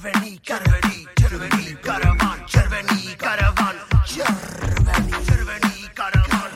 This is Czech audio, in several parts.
Červený karavan, červený karavan, červený karavan, červený karavan,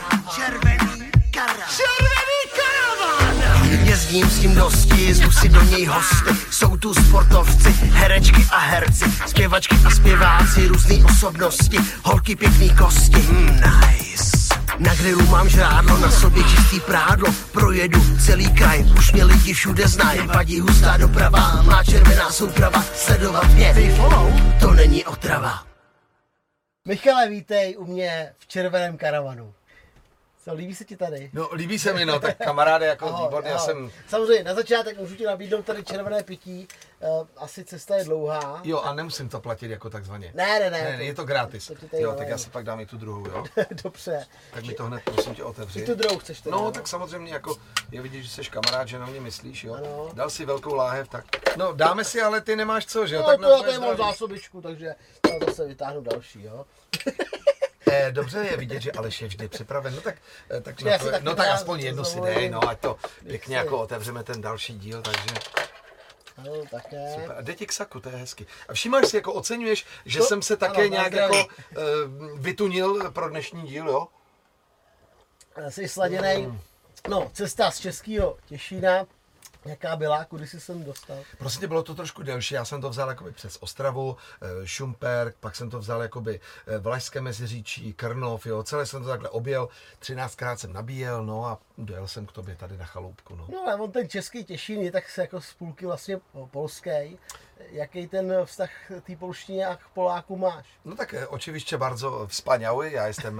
červený karavan. Jezdím s tím dosti, jezdu si do něj hosty. Jsou tu sportovci, herečky a herci, zpěvačky a zpěváci, různý osobnosti, holky pěkný kosti. Nice. Na grilu mám žrádlo, na sobě čistý prádlo, projedu celý kraj, už mě lidi všude znají. Vadí hustá doprava, má červená souprava, sledovat mě, to není otrava. Michale, vítej u mě v červeném karavanu. Co, líbí se ti tady? No, líbí se mi, no, tak kamaráde, jako výborně, já jsem... Samozřejmě, na začátek můžu ti nabídnout tady červené pití, asi cesta je dlouhá. Jo, a nemusím to platit jako takzvaně. Ne, je to gratis. To jo, tak já si pak dám i tu druhou, jo? Dobře. Tak mi to hned, prosím tě, otevři. I tu druhou chceš teda, no, tak samozřejmě, jako je vidět, že jsi kamarád, že na mě myslíš, jo? Ano. Dal si velkou láhev, tak... No, dáme si, ale ty nemáš co, že jo? No, tak to já tady mám zásobičku, takže já zase vytáhnu další, jo? Dobře je vidět, že Aleš je vždy připraven, no tak aspoň jednu si dej, no, ať to pěkně jako otevřeme ten další díl, takže... No, také. Super. A jde ti k saku, to je hezky. A všímáš si, jako oceňuješ, že jsem se také nějak jako vytunil pro dnešní díl, jo? Jsi sladěnej, no, cesta z Českého Těšína, jaká byla, kudy jsi sem dostal? Prostě bylo to trošku delší, já jsem to vzal jakoby přes Ostravu, Šumperk, pak jsem to vzal jakoby Valašské Meziříčí, Krnov, jo, celé jsem to takhle objel, 13krát jsem nabíjel, no a dojel jsem k tobě tady na chaloupku, no. No ale on ten český Těšín je tak se jako z půlky vlastně polský. Jaký ten vztah té polštině a k Poláku máš? No tak oczywiście bardzo wspaniały, ja jestem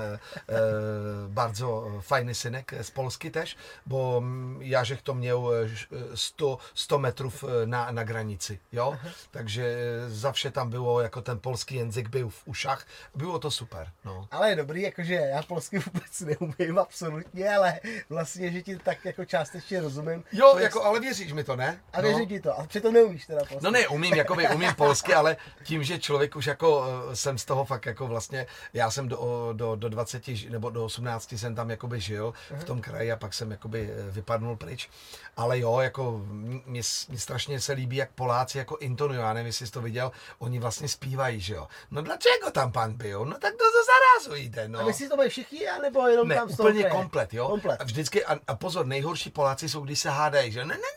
bardzo fajny synek z Polski też, bo Jarzech to miał 100 metrów na granicy, jo? Aha. Takže zawsze tam było, jako ten polski język był w uszach, było to super, no. Ale je dobrý, jakože já polsky vůbec neumím absolutně, ale vlastně, že ti tak jako částečně rozumím. Jo, jako, ale věříš mi to, ne? A věřím ti to, ale přitom neumíš teda polsky. No ne, umím polsky, ale tím, že člověk už jako jsem z toho fakt jako vlastně, já jsem do 20 nebo do 18 jsem tam jakoby žil v tom kraji a pak jsem jakoby vypadnul pryč. Ale jo, jako mě strašně se líbí, jak Poláci jako intonují, já nevím, jestli jsi to viděl, oni vlastně zpívají, že jo. No dlačego tam pan byl? No tak to zarazujte, no. A myslíš, to mají všichni, anebo jenom ne, tam z toho úplně kraje? Komplet, jo. Komplet. A vždycky, a pozor, nejhorší Poláci jsou, když se hádají, že ne.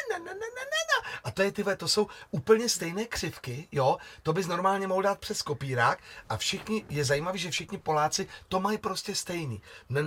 A to je to jsou úplně stejné křivky, jo, to bys normálně mohl dát přes kopírák a všichni, je zajímavý, že všichni Poláci to mají prostě stejný.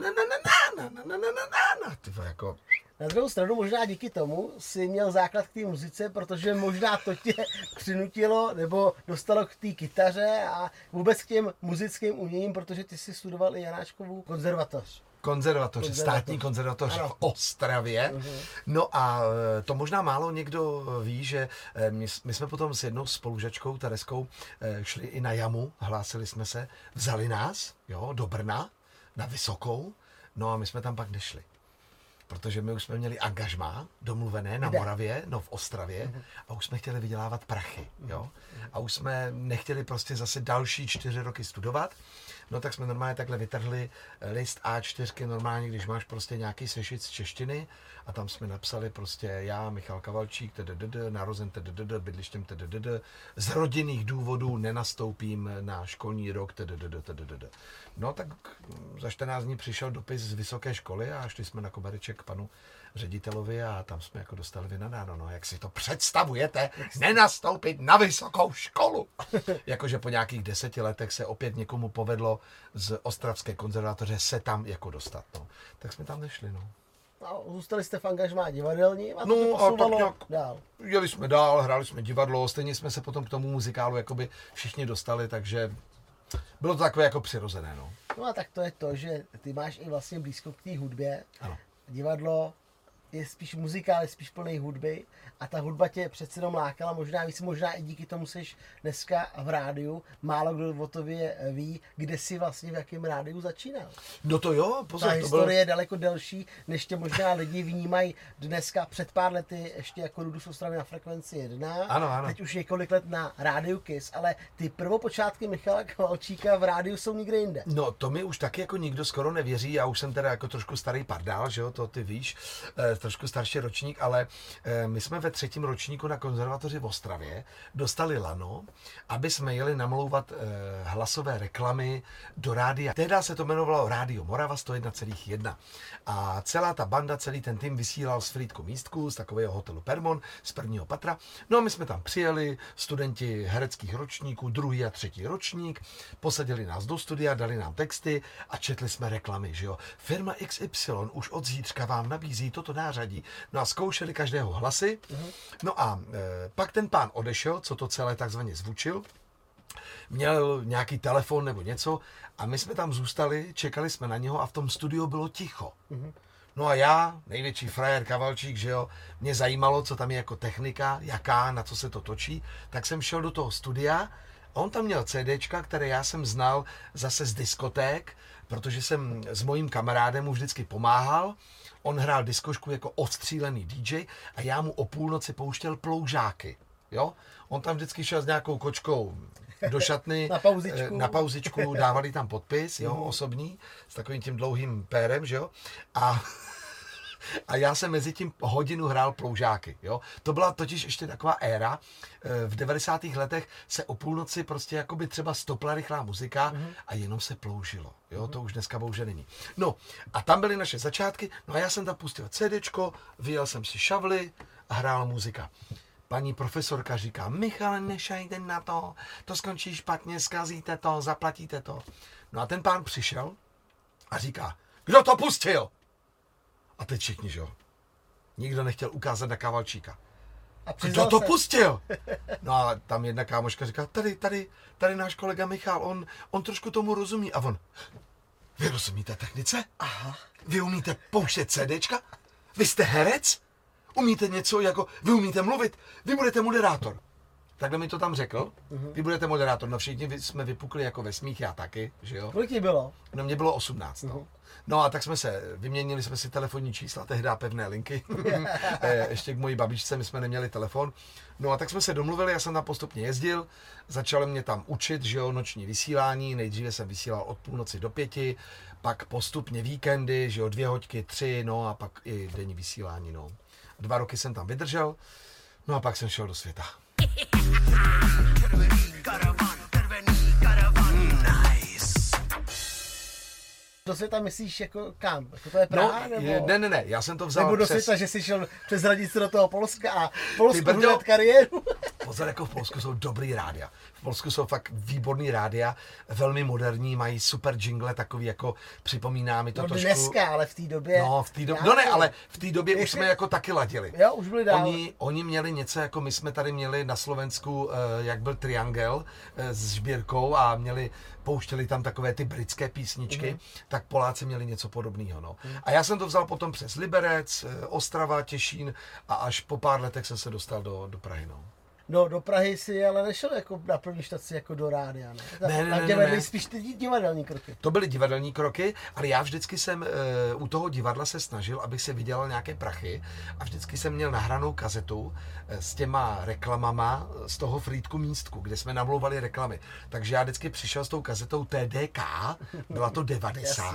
Jako... Na druhou stranu možná díky tomu si měl základ k té muzice, protože možná to tě přinutilo nebo dostalo k té kytaře a vůbec k těm muzickým uměním, protože ty jsi studoval i Janáčkovu konzervatoř. Státní konzervatoř v Ostravě. No a to možná málo někdo ví, že my jsme potom s jednou spolužačkou Tereskou šli i na jamu, hlásili jsme se, vzali nás, jo, do Brna, na Vysokou, no a my jsme tam pak nešli. Protože my už jsme měli angažmá domluvené na Moravě, no v Ostravě a už jsme chtěli vydělávat prachy, jo. A už jsme nechtěli prostě zase další 4 roky studovat, no tak jsme normálně takhle vytrhli list A4 normálně, když máš prostě nějaký sešit z češtiny a tam jsme napsali prostě já, Michal Kavalčík, narozen bydlištěm z rodinných důvodů nenastoupím na školní rok No tak za 14 dní přišel dopis z vysoké školy a šli jsme na kobereček k panu ředitelovi a tam jsme jako dostali vynadáno. No, jak si to představujete, nenastoupit na vysokou školu? Jakože po nějakých 10 letech se opět někomu povedlo z Ostravské konzervatoře se tam jako dostat. No. Tak jsme tam nešli, no. A zůstali jste v angažmá divadelní a to no, posouvalo nějak dál. Jeli jsme dál, hráli jsme divadlo, stejně jsme se potom k tomu muzikálu jakoby všichni dostali, takže bylo to takové jako přirozené, no. No a tak to je to, že ty máš i vlastně blízko k té hudbě. Ano. Divadlo je spíš muzikál, je spíš plný hudby a ta hudba tě přece jenom lákala, možná i díky tomu seš dneska v rádiu, málo kdo o tobě ví, kde jsi vlastně v jakém rádiu začínal. No to jo, pozor. Ta historie je daleko delší, než tě možná lidi vnímají dneska, před pár lety ještě jako Rudu z Ostravy na frekvenci 1, ano. Teď už několik let na rádiu Kiss, ale ty prvopočátky Michala Kavalčíka v rádiu jsou nikde jinde. No to mi už taky jako nikdo skoro nevěří, já už jsem teda jako trošku starý pardál, že jo, to ty víš, trošku starší ročník, ale my jsme ve 3. ročníku na konzervatoři v Ostravě dostali lano, aby jsme jeli namlouvat hlasové reklamy do rádia. Tehdy se to jmenovalo Rádio Morava 101,1. A celá ta banda, celý ten tým vysílal z Frýdku Místku, z takového hotelu Permon, z 1. patra. No a my jsme tam přijeli, studenti hereckých ročníků, 2. a 3. ročník, posadili nás do studia, dali nám texty a četli jsme reklamy, že jo. Firma XY už od zítřka vám nabízí toto nářadí. No a zkoušeli každého hlasy. No a pak ten pán odešel, co to celé takzvaně zvučil, měl nějaký telefon nebo něco a my jsme tam zůstali, čekali jsme na něho a v tom studiu bylo ticho. No a já, největší frajer Kavalčík, že jo, mě zajímalo, co tam je jako technika, jaká, na co se to točí, tak jsem šel do toho studia a on tam měl CDčka, které já jsem znal zase z diskoték, protože jsem s mojím kamarádem mu vždycky pomáhal. On hrál diskošku jako odstřílený DJ a já mu o půlnoci pouštěl Ploužáky. Jo? On tam vždycky šel s nějakou kočkou do šatny, na pauzičku, dávali tam podpis, jo, osobní, s takovým tím dlouhým pérem, že jo, a já jsem mezi tím hodinu hrál Ploužáky, jo. To byla totiž ještě taková éra, v 90. letech se o půlnoci prostě jakoby třeba stopla rychlá muzika a jenom se ploužilo, jo, to už dneska bohužel není. No a tam byly naše začátky, no a já jsem tam pustil CDčko, vyjel jsem si šavly a hrál muzika. Paní profesorka říká, Michale, nešajte na to, to skončí špatně, zkazíte to, zaplatíte to. No a ten pán přišel a říká, kdo to pustil? A teď všichni, že jo. Nikdo nechtěl ukázat na Kavalčíka. Kdo to pustil? No a tam jedna kámoška říká, tady náš kolega Michal, on trošku tomu rozumí. A on, vy rozumíte technice? Aha. Vy umíte pouštět CDčka? Vy jste herec? Umíte něco jako, vy umíte mluvit, vy budete moderátor. Takhle mi to tam řekl, vy budete moderátor, no všichni jsme vypukli jako ve smích, já taky, že jo. Kolik jí bylo? No mě bylo 18, no. No a tak vyměnili jsme si telefonní čísla, tehdy pevné linky, ještě k mojí babičce, my jsme neměli telefon. No a tak jsme se domluvili, já jsem tam postupně jezdil, začali mě tam učit, že jo, noční vysílání, nejdříve jsem vysílal od půlnoci do 5, pak postupně víkendy, že jo, 2 hodiny, 3, no a pak i denní vysílání, no. 2 roky jsem tam vydržel, no a pak jsem šel do světa. Do světa myslíš jako kam? Jako to je Praha, no, nebo? Ne, já jsem to vzal nebo do světa, že jsi šel přes hranici do toho Polska a Polsku hledat kariéru? Pozor, jako v Polsku jsou dobrý rádia. V Polsku jsou fakt výborný rádia, velmi moderní, mají super jingle, takový jako připomíná mi to trošku. Dneska, ale v té době. No, ale v té době už jsme jako taky ladili. Jo, už byli dál. Oni měli něco, jako my jsme tady měli na Slovensku, jak byl Triangel s Žbírkou a pouštěli tam takové ty britské písničky, tak Poláci měli něco podobného. No. A já jsem to vzal potom přes Liberec, Ostrava, Těšín a až po pár letech jsem se dostal do Prahy. No. No, do Prahy si ale nešel jako na první štaci jako do rádia, ne? Ne. Spíš ty divadelní kroky. To byly divadelní kroky, ale já vždycky jsem u toho divadla se snažil, abych si vydělal nějaké prachy a vždycky jsem měl nahranou kazetu s těma reklamama z toho Frýdku Místku, kde jsme namlouvali reklamy. Takže já vždycky přišel s tou kazetou TDK, byla to 90.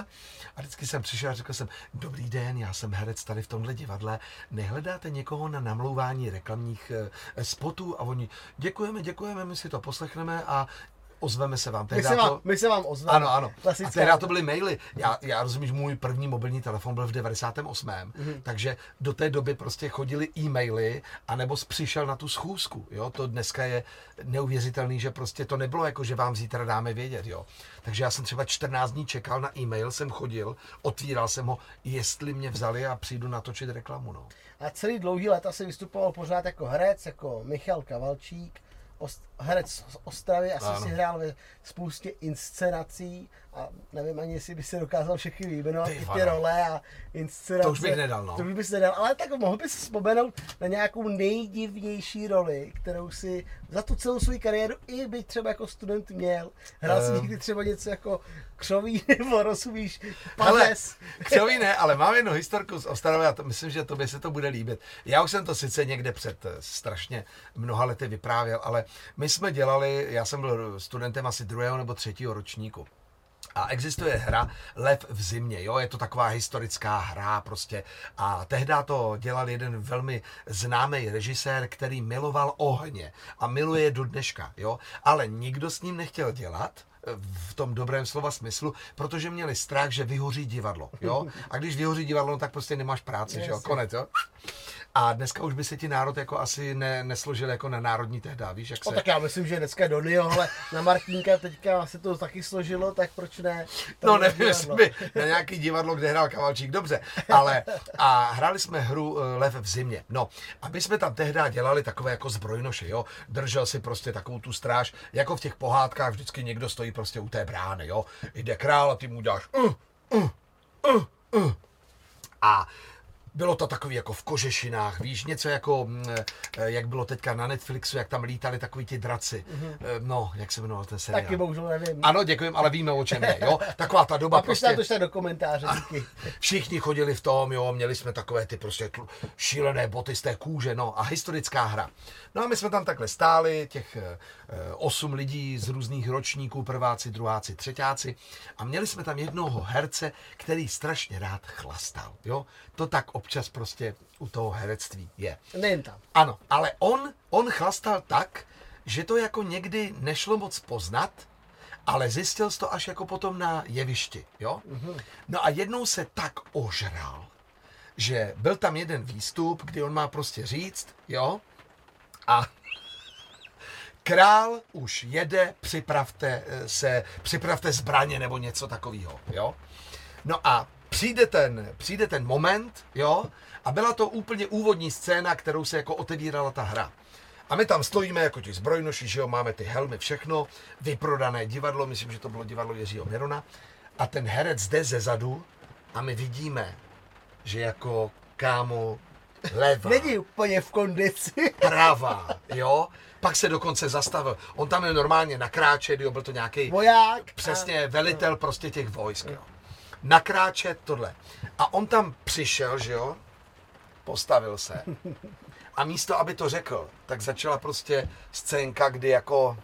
A vždycky jsem přišel a řekl jsem, dobrý den, já jsem herec tady v tomhle divadle, nehledáte někoho na namlouvání reklamních spotů? A oni, děkujeme, my si to poslechneme a ozveme se vám. My se vám ozveme. Ano. Klasická. A tehdy to byly maily. Já rozumím, že můj první mobilní telefon byl v 98. Takže do té doby prostě chodily e-maily, anebo přišel na tu schůzku. Jo? To dneska je neuvěřitelný, že prostě to nebylo jako, že vám zítra dáme vědět. Jo? Takže já jsem třeba 14 dní čekal na e-mail, jsem chodil, otvíral jsem ho, jestli mě vzali a přijdu natočit reklamu. No. A celý dlouhý léta si vystupoval pořád jako herec, jako Michal Kavalčík, herec z Ostravy, asi si hrál ve spoustě inscenací a nevím ani, jestli by se dokázal všechny vyjmenovat, ty role a inscenace. To už bych nedal, no. To už bys nedal, ale tak mohl bys si vzpomenout na nějakou nejdivnější roli, kterou si za tu celou svou kariéru i byť třeba jako student měl. Hrál si někdy třeba něco jako Křoví, nebo rozumíš, Pařez. Křoví ne, ale mám jednu historku z Ostravy a myslím, že tobě se to bude líbit. Já už jsem to sice někde před strašně mnoha lety vyprávěl, ale my jsme dělali, já jsem byl studentem asi 2. nebo 3. ročníku. A existuje hra Lev v zimě, jo, je to taková historická hra prostě. A tehdy to dělal jeden velmi známý režisér, který miloval ohně a miluje je do dneška, jo. Ale nikdo s ním nechtěl dělat, v tom dobrém slova smyslu, protože měli strach, že vyhoří divadlo, jo. A když vyhoří divadlo, no, tak prostě nemáš práci, že jo, konec, jo. A dneska už by se ti národ jako asi nesložil jako na národní tehda, víš, jak se... tak já myslím, že dneska Donio, ale na Martínka teďka se to taky složilo, tak proč ne? No nevím, jestli by na nějaký divadlo, kde hrál Kavalčík, dobře, ale a hráli jsme hru Lev v zimě, no a my jsme tam tehda dělali takové jako zbrojnoše, jo, držel si prostě takovou tu stráž, jako v těch pohádkách vždycky někdo stojí prostě u té brány, jo, jde král a ty mu dáš a bylo to takový jako v kožešinách, víš, něco jako, jak bylo teďka na Netflixu, jak tam lítali takový ti draci. No, jak se jmenoval ten seriál? Taky bohužel nevím. Ano, děkujem, ale víme, o čem je, jo. Taková ta doba prostě... to do komentáře, díky. Všichni chodili v tom, jo, měli jsme takové ty prostě šílené boty z té kůže, no a historická hra. No a my jsme tam takhle stáli, těch 8 lidí z různých ročníků, prváci, druháci, třeťáci a měli jsme tam jednoho herce, který strašně rád chlastal, jo. To tak občas prostě u toho herectví je. Nejen tam. Ano, ale on chlastal tak, že to jako někdy nešlo moc poznat, ale zjistil jsi to až jako potom na jevišti, jo. No a jednou se tak ožral, že byl tam jeden výstup, kdy on má prostě říct, jo, a král už jede, připravte zbraně nebo něco takového, jo. No a přijde ten moment, jo, a byla to úplně úvodní scéna, kterou se jako otevírala ta hra. A my tam stojíme jako ti zbrojnoši, že jo, máme ty helmy, všechno, vyprodané divadlo, myslím, že to bylo divadlo Jiřího Mirona, a ten herec jde ze zadu a my vidíme, že jako kámo levá. Není úplně v kondici. Pravá, jo. Pak se dokonce zastavil. On tam je normálně nakráčet, jo, byl to nějaký voják. Přesně, velitel prostě těch vojsk, jo. Nakráčet tohle. A on tam přišel, že jo, postavil se. A místo, aby to řekl, tak začala prostě scénka, kdy jako...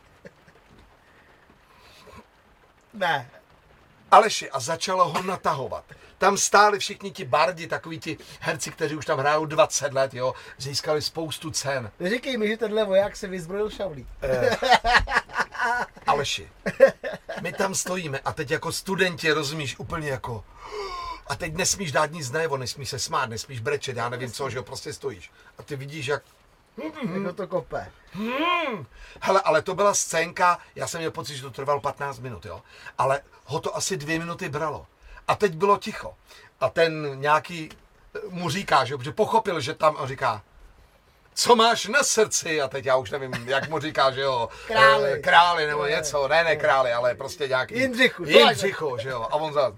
Ne. Aleši, a začalo ho natahovat. Tam stáli všichni ti bardi, takový ti herci, kteří už tam hrajou 20 let, jo, získali spoustu cen. Neříkej mi, že tenhle voják se vyzbrojil šavlí. Aleši, my tam stojíme a teď jako studenti, rozumíš, úplně jako... A teď nesmíš dát nic najevo, nesmíš se smát, nesmíš brečet, já nevím co, že jo, prostě stojíš. A ty vidíš, jak... Jak to kope. Hele, ale to byla scénka, já jsem měl pocit, že to trvalo 15 minut, jo. Ale ho to asi 2 minuty bralo. A teď bylo ticho. A ten nějaký mu říká, že pochopil, že tam on říká, co máš na srdci? A teď já už nevím, jak mu říká, že jo. Králi nebo něco, ne králi, ale prostě nějaký... Jindřichu, že jo. A on za...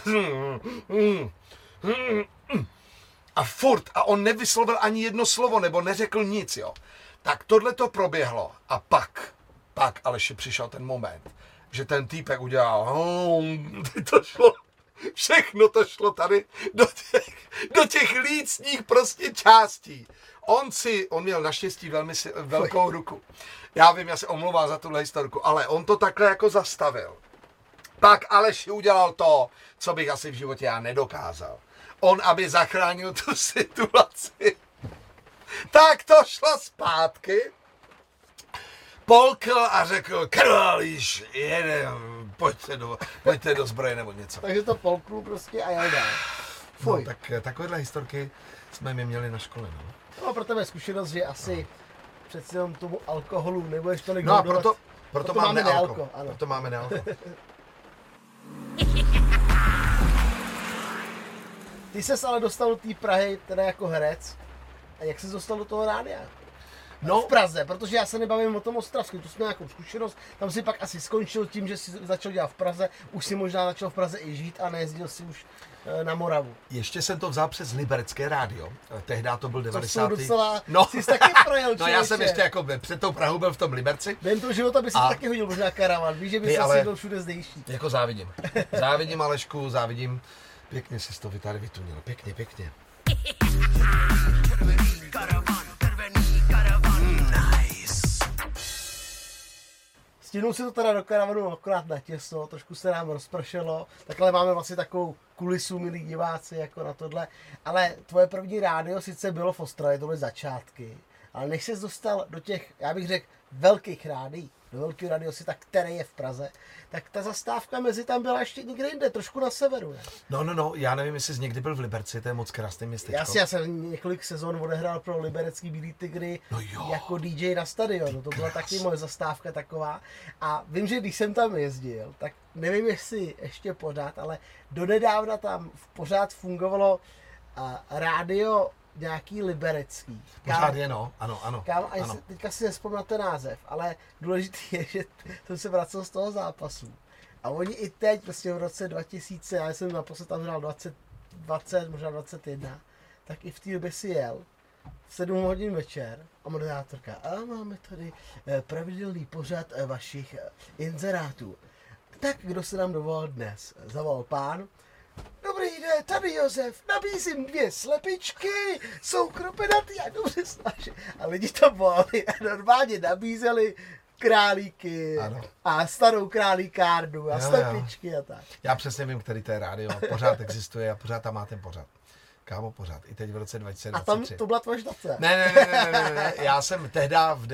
A furt, a on nevyslovil ani jedno slovo, nebo neřekl nic, jo. Tak tohle to proběhlo. A pak Aleši přišel ten moment, že ten týpek udělal, to šlo, všechno to šlo tady do těch lícních prostě částí. On měl naštěstí velmi velkou ruku. Já vím, já se omlouvám za tuhle historku, ale on to takhle jako zastavil. Pak Aleši udělal to, co bych asi v životě já nedokázal. On, aby zachránil tu situaci, tak to šlo zpátky, polkl a řekl, králíš, jedem, pojďte do zbroje nebo něco. Takže to polknul prostě a jel dál. No, tak takovéhle historky jsme my měli na škole, no. No, pro tebe zkušenost, že asi přeci jenom tomu alkoholu nebudeš tolik no a hodovat. proto máme nealko. Proto máme nealko. Ty ses ale dostal do té Prahy teda jako herec. A jak ses dostal do toho rádia? No, v Praze, protože já se nebavím o tom ostravském, tu jsme nějakou zkušenost, tam si pak asi skončil tím, že si začal dělat v Praze, už si možná začal v Praze i žít a nejezdil si už na Moravu. Ještě jsem to vzal přes Liberecké rádio, tehdy to byl 90. To docela, no. jsi taky projel, no já jsem ještě jako před tou Prahou byl v tom Liberci. Během toho života by si taky hodil možná karavan, víš, že by si byl všude zdejší. Jako závidím. Závidím Alešku, závidím. Pěkně jsi to tady vytunil, pěkně. Stihnul si to teda do karavanu akorát natěsno, trošku se nám rozpršelo, takhle máme vlastně takovou kulisu, milí diváci, jako na tohle. Ale tvoje první rádio sice bylo v Ostravě, to byly začátky, ale než ses dostal do těch, já bych řekl, velkých rádií, do velkého radiosita, který je v Praze, tak ta zastávka mezi tam byla ještě někde jinde, trošku na severu, ne? No, já nevím, jestli jsi někdy byl v Liberci, to je moc krásné městečko. Já jsem několik sezon odehrál pro liberecký Bílý tygry jako DJ na stadionu, to byla taky moje zastávka taková. A vím, že když jsem tam jezdil, tak nevím, jestli ještě pořád, ale donedávna tam pořád fungovalo rádio nějaký liberecký. Pořád je, no, ano. Ano. Teďka si nespomínám ten název, ale důležité je, že jsem se vracel z toho zápasu. A oni i teď, prostě v roce 2000, já jsem naposled tam hrál 20, možná 21, tak i v té době si jel v 7 hodin večer a moderátorka, a máme tady pravidelný pořad vašich inzerátů. Tak kdo se nám dovolal dnes? Zavolal pán. Dobrý den, tady Josef, nabízím 2 slepičky, jsou kropenatý a dobře snaží. A lidi to volali a normálně nabízeli králíky a starou králíkárnu a slepičky a tak. Já přesně vím, který to je rádio, pořád existuje a pořád tam má ten pořad. Kámo, pořád. I teď v roce 2023. A tam to byla tvoje štace? Ne. Já jsem tehda v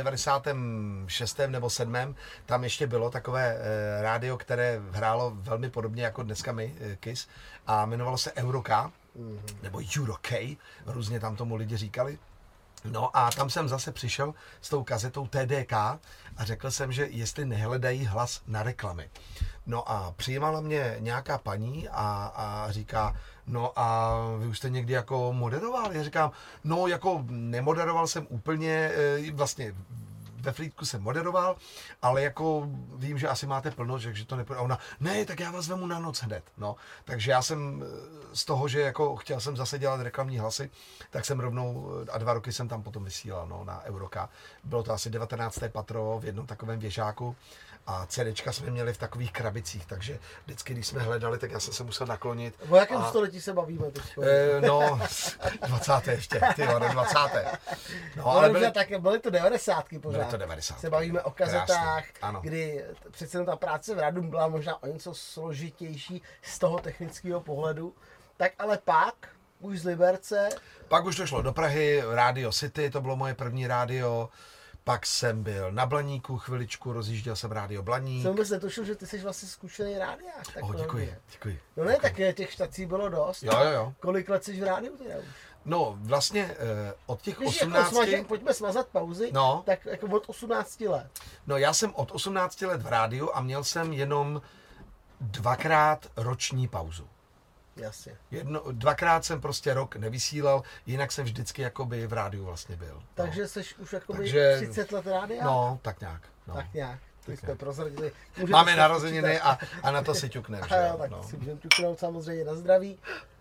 96. nebo 7. tam ještě bylo takové rádio, které hrálo velmi podobně jako dneska my, KISS, a jmenovalo se Euro-K, nebo Euro-K, různě tam tomu lidi říkali. No a tam jsem zase přišel s tou kazetou TDK a řekl jsem, že jestli nehledají hlas na reklamy. No a přijímala mě nějaká paní a říká, no a vy už jste někdy jako moderoval? Já říkám, no jako nemoderoval jsem úplně, vlastně ve Frýdku jsem moderoval, ale jako vím, že asi máte plno, že to nepůjde. A ona, ne, tak já vás vemu na noc hned. No, takže já jsem z toho, že jako chtěl jsem zase dělat reklamní hlasy, tak jsem rovnou a 2 roky jsem tam potom vysílal, no, na Euro-K. Bylo to asi 19. patro v jednom takovém věžáku a CDčka jsme měli v takových krabicích, takže vždycky, když jsme hledali, tak já jsem se musel naklonit. O jakém století se bavíme teď? No, 20. ještě, ty 20. No, ale byly to 90. pořád. Byly to 90. Se bavíme o kazetách, ano. Kdy přece ta práce v rádiu byla možná o něco složitější z toho technického pohledu. Tak ale pak, už z Liberce. Pak už to šlo do Prahy, Radio City, to bylo moje první rádio. Pak jsem byl na Blaníku chviličku, rozjížděl jsem rádio Blaník. Jsem vůbec netušil, že ty jsi vlastně zkušený rádiák. Děkuji. No ne, tak těch štací bylo dost. Jo. Kolik let jsi v rádiu teda už? No vlastně od těch Když 18... pojďme smazat pauzy, tak jako od 18 let. No já jsem od 18 let v rádiu a měl jsem jenom 2krát roční pauzu. Jasně. 2krát jsem prostě rok nevysílal, jinak jsem vždycky jakoby v rádiu vlastně byl. Takže jsi už jakoby 30 let rádia? No, tak nějak. Tak nějak. My jsme prozradili. Máme narozeniny a na to si ťukneme. Tak si můžeme ťuknout samozřejmě na zdraví.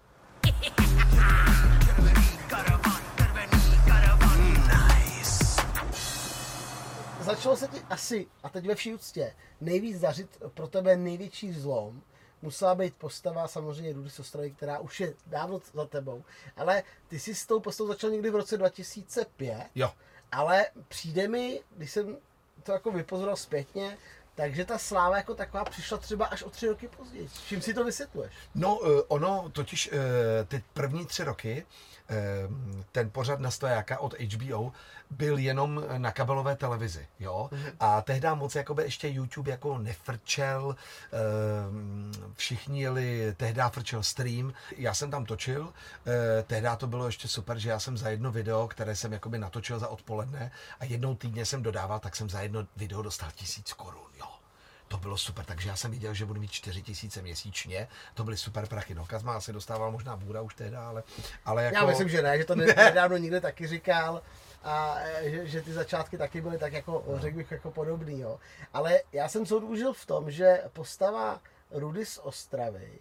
Začalo se ti asi, a teď ve vší úctě, nejvíc dařit pro tebe největší zlom. Musela být postava samozřejmě Rudy z Ostravy, která už je dávno za tebou. Ale ty jsi s tou postavou začal někdy v roce 2005. Jo. Ale přijde mi, když jsem to jako vypozoroval zpětně, takže ta sláva jako taková přišla třeba až o 3 roky později. Čím si to vysvětluješ? No, ono totiž ty první 3 roky, ten pořad na stojáka od HBO byl jenom na kabelové televizi, jo. A tehdy moc jakoby ještě YouTube jako nefrčel, všichni jeli, tehdy frčel stream, já jsem tam točil, tehdy to bylo ještě super, že já jsem za jedno video, které jsem jakoby natočil za odpoledne a jednou týdně jsem dodával, tak jsem za jedno video dostal 1000 korun, jo. To bylo super, takže já jsem viděl, že budu mít 4000 měsíčně, to byly super prachy. No, Kazma asi dostával možná bůra už tehdy, ale jako... Já myslím, že ne, že to nedávno někde taky říkal a že ty začátky taky byly tak jako, řekl bych, jako podobný, jo. Ale já jsem soud užil v tom, že postava Rudy z Ostravy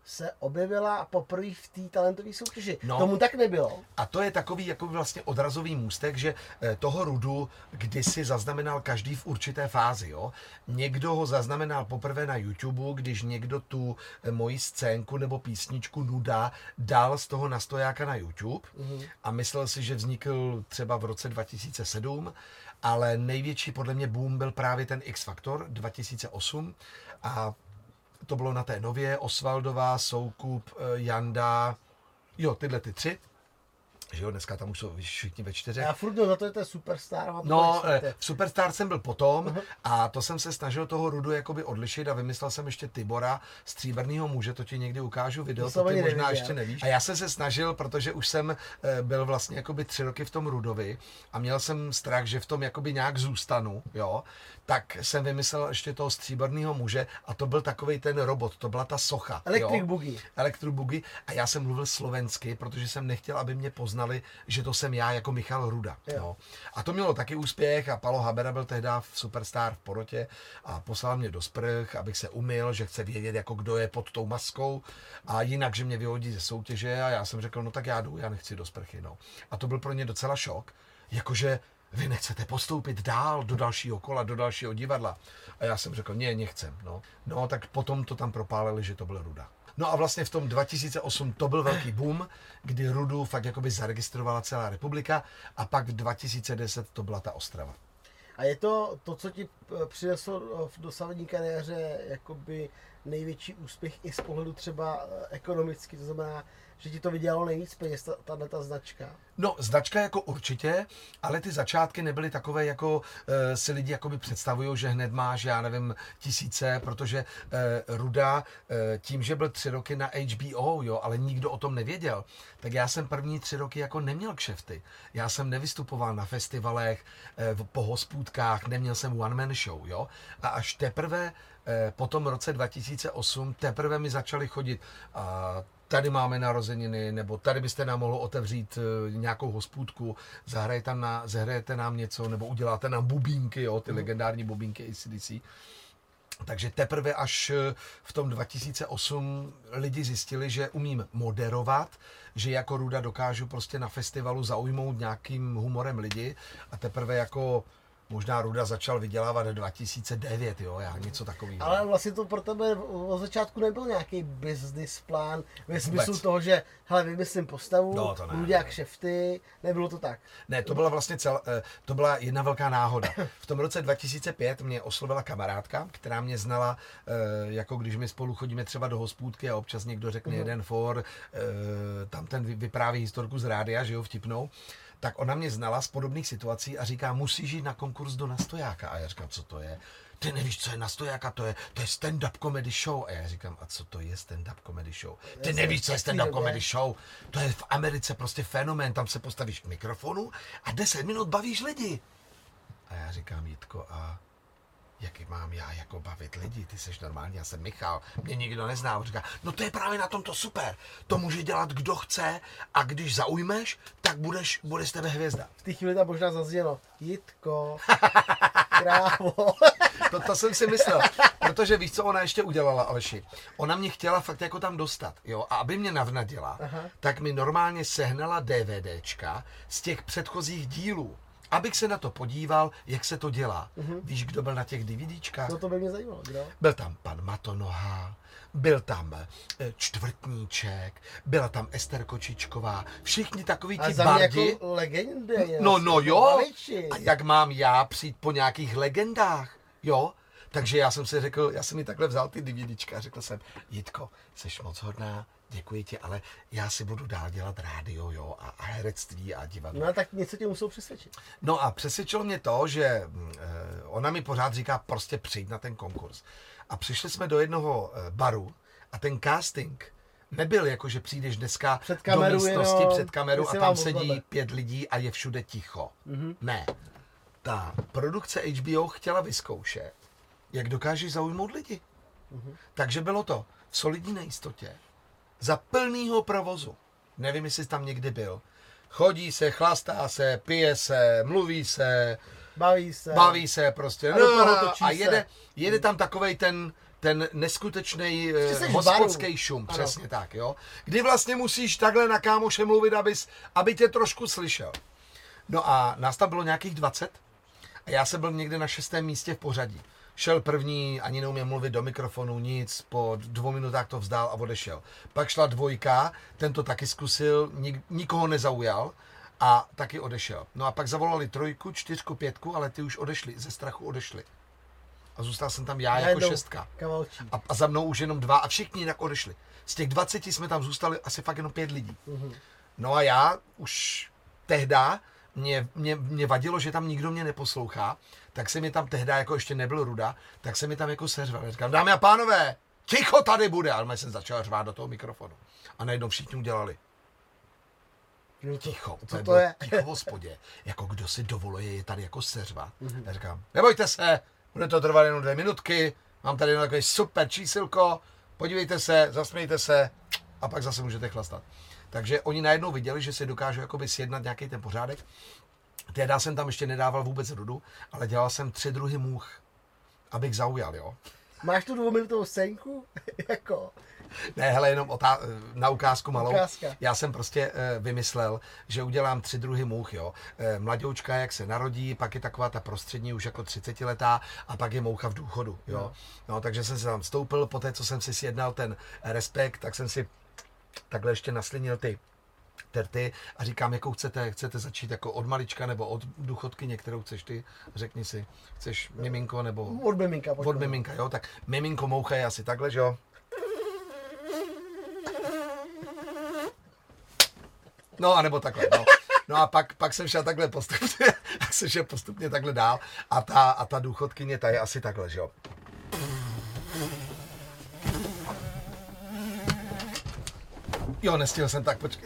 se objevila poprvé v té talentové soutěži. No. Tomu tak nebylo. A to je takový jako vlastně odrazový můstek, že toho Rudu kdysi zaznamenal každý v určité fázi. Jo? Někdo ho zaznamenal poprvé na YouTube, když někdo tu moji scénku nebo písničku Nuda dal z toho na stojáka na YouTube a myslel si, že vznikl třeba v roce 2007, ale největší podle mě boom byl právě ten X Factor 2008 a to bylo na té Nově, Osvaldová, Soukup, Janda, jo, tyhle ty 3. Že jo, dneska tam už jsou všichni ve 4. Já furt za to je ten Superstar. No, v Superstar jsem byl potom a to jsem se snažil toho Rudu jakoby odlišit a vymyslel jsem ještě Tibora, Stříbrnýho muže, to ti někdy ukážu video, to ty možná ještě nevíš. A já jsem se snažil, protože už jsem byl vlastně jakoby 3 roky v tom Rudovi a měl jsem strach, že v tom jakoby nějak zůstanu, jo, tak jsem vymyslel ještě toho Stříbrnýho muže a to byl takovej ten robot, to byla ta socha. Electric Boogie a já jsem mluvil slovensky, protože jsem nechtěl, aby mě poznali, že to jsem já jako Michal Ruda. No. A to mělo taky úspěch a Palo Habera byl tehdy v Superstar v porotě a poslal mě do sprch, abych se umyl, že chce vědět, jako kdo je pod tou maskou a jinak, že mě vyhodí ze soutěže a já jsem řekl, no tak já jdu, já nechci do sprchy. No. A to byl pro ně docela šok, jakože vy nechcete postoupit dál do dalšího kola, do dalšího divadla. A já jsem řekl, ne, nechcem. No, tak potom to tam propálili, že to byl Ruda. No a vlastně v tom 2008 to byl velký boom, kdy Rudu fakt jakoby zaregistrovala celá republika a pak v 2010 to byla ta Ostrava. A je to, co ti přineslo v dosavadní kariéře jakoby největší úspěch i z pohledu třeba ekonomicky, to znamená, že ti to vydělalo nejvíc peněz, tato značka? No, značka jako určitě, ale ty začátky nebyly takové, jako si lidi jakoby představují, že hned máš, já nevím, tisíce, protože Ruda tím, že byl 3 roky na HBO, jo, ale nikdo o tom nevěděl, tak já jsem první 3 roky jako neměl kšefty. Já jsem nevystupoval na festivalech, po hospůdkách, neměl jsem one-man show, jo, a až teprve po tom roce 2008 teprve mi začali chodit tady máme narozeniny, nebo tady byste nám mohlo otevřít nějakou hospůdku, zahrajete nám něco, nebo uděláte nám bubínky, jo, ty legendární bubínky AC/DC. Takže teprve až v tom 2008 lidi zjistili, že umím moderovat, že jako Ruda dokážu prostě na festivalu zaujmout nějakým humorem lidi a teprve jako možná Ruda začal vydělávat 2009, jo, já něco takového. Ale vlastně to pro tebe od začátku nebyl nějaký business plán ve smyslu toho, že hele, vymyslím postavu, budu dělat kšefty, nebylo to tak? Ne, to byla vlastně to byla jedna velká náhoda. V tom roce 2005 mě oslovila kamarádka, která mě znala, jako když my spolu chodíme třeba do hospůdky a občas někdo řekne jeden for, tam ten vypráví historku z rádia, že jo, vtipnou. Tak ona mě znala z podobných situací a říká, musíš jít na konkurs do Nastojáka. A já říkám, co to je? Ty nevíš, co je Nastojáka, to je stand-up comedy show. A já říkám, a co to je stand-up comedy show? Ty nevíš, co je stand-up comedy show? To je v Americe prostě fenomén, tam se postavíš k mikrofonu a 10 minut bavíš lidi. A já říkám, Jitko, a jaký mám já jako bavit lidi, ty seš normální, já jsem Michal, mě nikdo nezná. On říká, no to je právě na tom to super, to může dělat kdo chce a když zaujmeš, tak bude z tebe hvězda. V té chvíli tam možná zaznělo, Jitko, krávo. To jsem si myslel, protože víš, co ona ještě udělala, Aleši. Ona mě chtěla fakt jako tam dostat, jo, a aby mě navnadila, tak mi normálně sehnala DVDčka z těch předchozích dílů. Abych se na to podíval, jak se to dělá. Víš, kdo byl na těch DVDčkách? No to by mě zajímalo, kdo? Byl tam pan Matonoha, byl tam Čtvrtníček, byla tam Ester Kočičková, všichni takový ti bardi. Jako legendy. No jo, a jak mám já přijít po nějakých legendách, jo? Takže já jsem si řekl, já jsem mi takhle vzal ty DVDčka a řekl jsem, Jitko, seš moc hodná, děkuji ti, ale já si budu dál dělat rádio, jo, a herectví a divadlo. No tak něco tě musel přesvědčit. No a přesvědčilo mě to, že ona mi pořád říká, prostě přijď na ten konkurs. A přišli jsme do jednoho baru a ten casting nebyl jako, že přijdeš dneska do místnosti před kameru a tam sedí 5 lidí a je všude ticho. Ne. Ta produkce HBO chtěla vyzkoušet, jak dokážeš zaujmout lidi. Takže bylo to v solidní nejistotě, za plnýho provozu. Nevím, jestli tam někdy byl. Chodí se, chlastá se, pije se, mluví se, baví se prostě. No, a jede tam takovej ten ten neskutečný hospodský šum, přesně tak, jo. Kdy vlastně musíš takhle na kámoše mluvit, aby tě trošku slyšel. No a nás tam bylo nějakých 20 a já jsem byl někde na 6. místě v pořadí. Šel první, ani neuměl mluvit do mikrofonu, nic, po 2 minutách to vzdál a odešel. Pak šla 2, ten to taky zkusil, nikoho nezaujal a taky odešel. No a pak zavolali 3, 4, 5, ale ty už odešli, ze strachu odešli. A zůstal jsem tam já jako 6. A za mnou už jenom 2 a všichni jinak odešli. Z těch 20 jsme tam zůstali asi fakt jenom 5 lidí. No a já už tehda, mě vadilo, že tam nikdo mě neposlouchá, tak se mi tam tehda, jako ještě nebyl Ruda, tak se mi tam jako seřval. Říkám, dámy a pánové, ticho tady bude, ale jsem začal řvát do toho mikrofonu. A najednou všichni udělali. Ticho, to je? Ticho v hospodě. Jako kdo si dovoluje je tady jako seřvat. Já říkám, nebojte se, bude to trvat jenom 2 minutky, mám tady takový super čísilko, podívejte se, zasmějte se a pak zase můžete chlastat. Takže oni najednou viděli, že si dokážu jakoby sjednat nějaký ten pořádek. Tehdy jsem tam ještě nedával vůbec Rudu, ale dělal jsem 3 druhy much, abych zaujal, jo. Máš tu 2minutovou scénku? Jako... Ne, hele, jenom na ukázku malou. Ukázka. Já jsem prostě vymyslel, že udělám 3 druhy much, jo. Mladoučka, jak se narodí, pak je taková ta prostřední, už jako 30letá a pak je moucha v důchodu, jo. No, takže jsem se tam stoupil, poté, co jsem si sjednal ten respekt, tak jsem si takhle ještě naslinil ty terty a říkám, jakou chcete začít, jako od malička nebo od důchodkyně, kterou chceš ty, řekni si, chceš miminko nebo... Od miminka. Od miminka, jo, tak miminko moucha je asi takhle, že jo. No, anebo takhle, no. No a pak jsem šel takhle postupně takhle dál a ta důchodkyně, ta je asi takhle, že jo. Jo, nestihl jsem, tak počkej.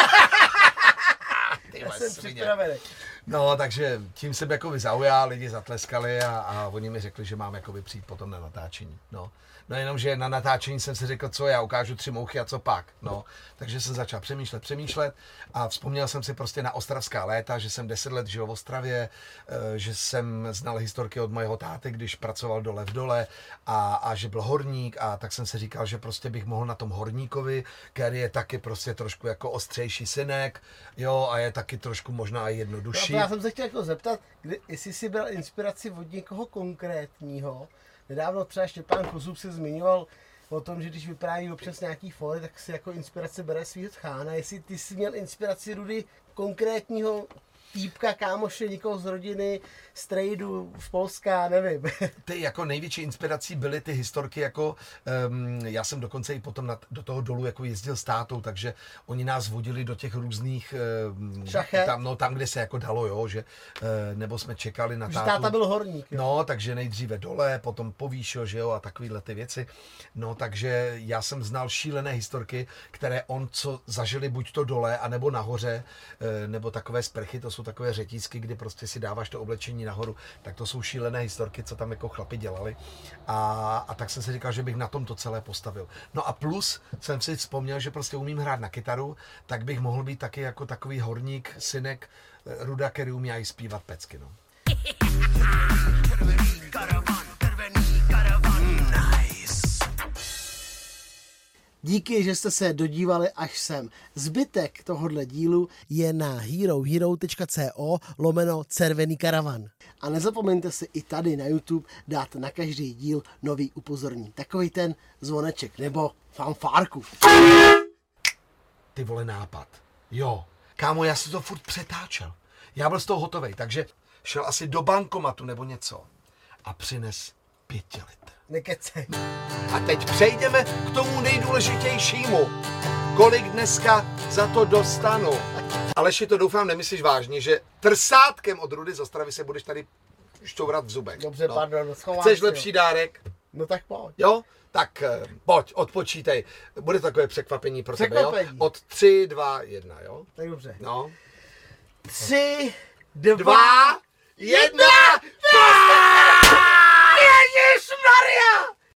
Já jsem připravený. No, takže tím jsem jako zaujal, lidi zatleskali a oni mi řekli, že mám jakoby přijít potom na natáčení, no. No jenom, že na natáčení jsem si řekl, co já ukážu 3 mouchy a co pak, no. Takže jsem začal přemýšlet a vzpomněl jsem si prostě na ostravská léta, že jsem 10 let žil v Ostravě, že jsem znal historky od mého táty, když pracoval dole v dole a že byl horník a tak jsem si říkal, že prostě bych mohl na tom horníkovi, který je taky prostě trošku jako ostřejší synek, jo, a je taky trošku možná i jednodušší. No, já jsem se chtěl jako zeptat, jestli jsi bral inspiraci od někoho konkrétního. Nedávno třeba Štěpán Kozub se zmiňoval o tom, že když vypráví občas nějaký fóry, tak si jako inspirace bere svýho tchána. Jestli ty jsi měl inspiraci Rudy konkrétního týpka, kámoše, někoho z rodiny, z tradu, z Polska, nevím. Ty jako největší inspirací byly ty historky, jako já jsem dokonce i potom do toho dolu jako jezdil s tátou, takže oni nás vodili do těch různých tam, kde se jako dalo, jo, že nebo jsme čekali na tátu. Táta byl horník, jo. No, takže nejdříve dole, potom povýšil, že jo, a takovýhle ty věci. No, takže já jsem znal šílené historky, které co zažili buď to dole, anebo nahoře, nebo takové sprchy, to jsou takové řetízky, kdy prostě si dáváš to oblečení nahoru, tak to jsou šílené historky, co tam jako chlapi dělali. A tak jsem si říkal, že bych na tom to celé postavil. No a plus jsem si vzpomněl, že prostě umím hrát na kytaru, tak bych mohl být taky jako takový horník, synek Ruda, který umí i zpívat pecky, no. Díky, že jste se dodívali až sem. Zbytek tohohle dílu je na herohero.co/Červený karavan. A nezapomeňte si i tady na YouTube dát na každý díl nový upozornění. Takový ten zvoneček nebo fanfárku. Ty vole, nápad. Jo. Kámo, já si to furt přetáčel. Já byl z toho hotovej, takže šel asi do bankomatu nebo něco a přines 5 litr. Nekecej. A teď přejdeme k tomu nejdůležitějšímu. Kolik dneska za to dostanu? Aleši, to doufám nemyslíš vážně, že trsátkem od Rudy z Ostravy se budeš tady šťourat v zubech. Dobře, no. Pardon, schovám. Chceš lepší dárek? No tak pojď. Jo? Tak pojď, odpočítej. Bude takové překvapení pro tebe, jo? Od 3, 2, 1, jo? Tak dobře. No. 3, 2, 1...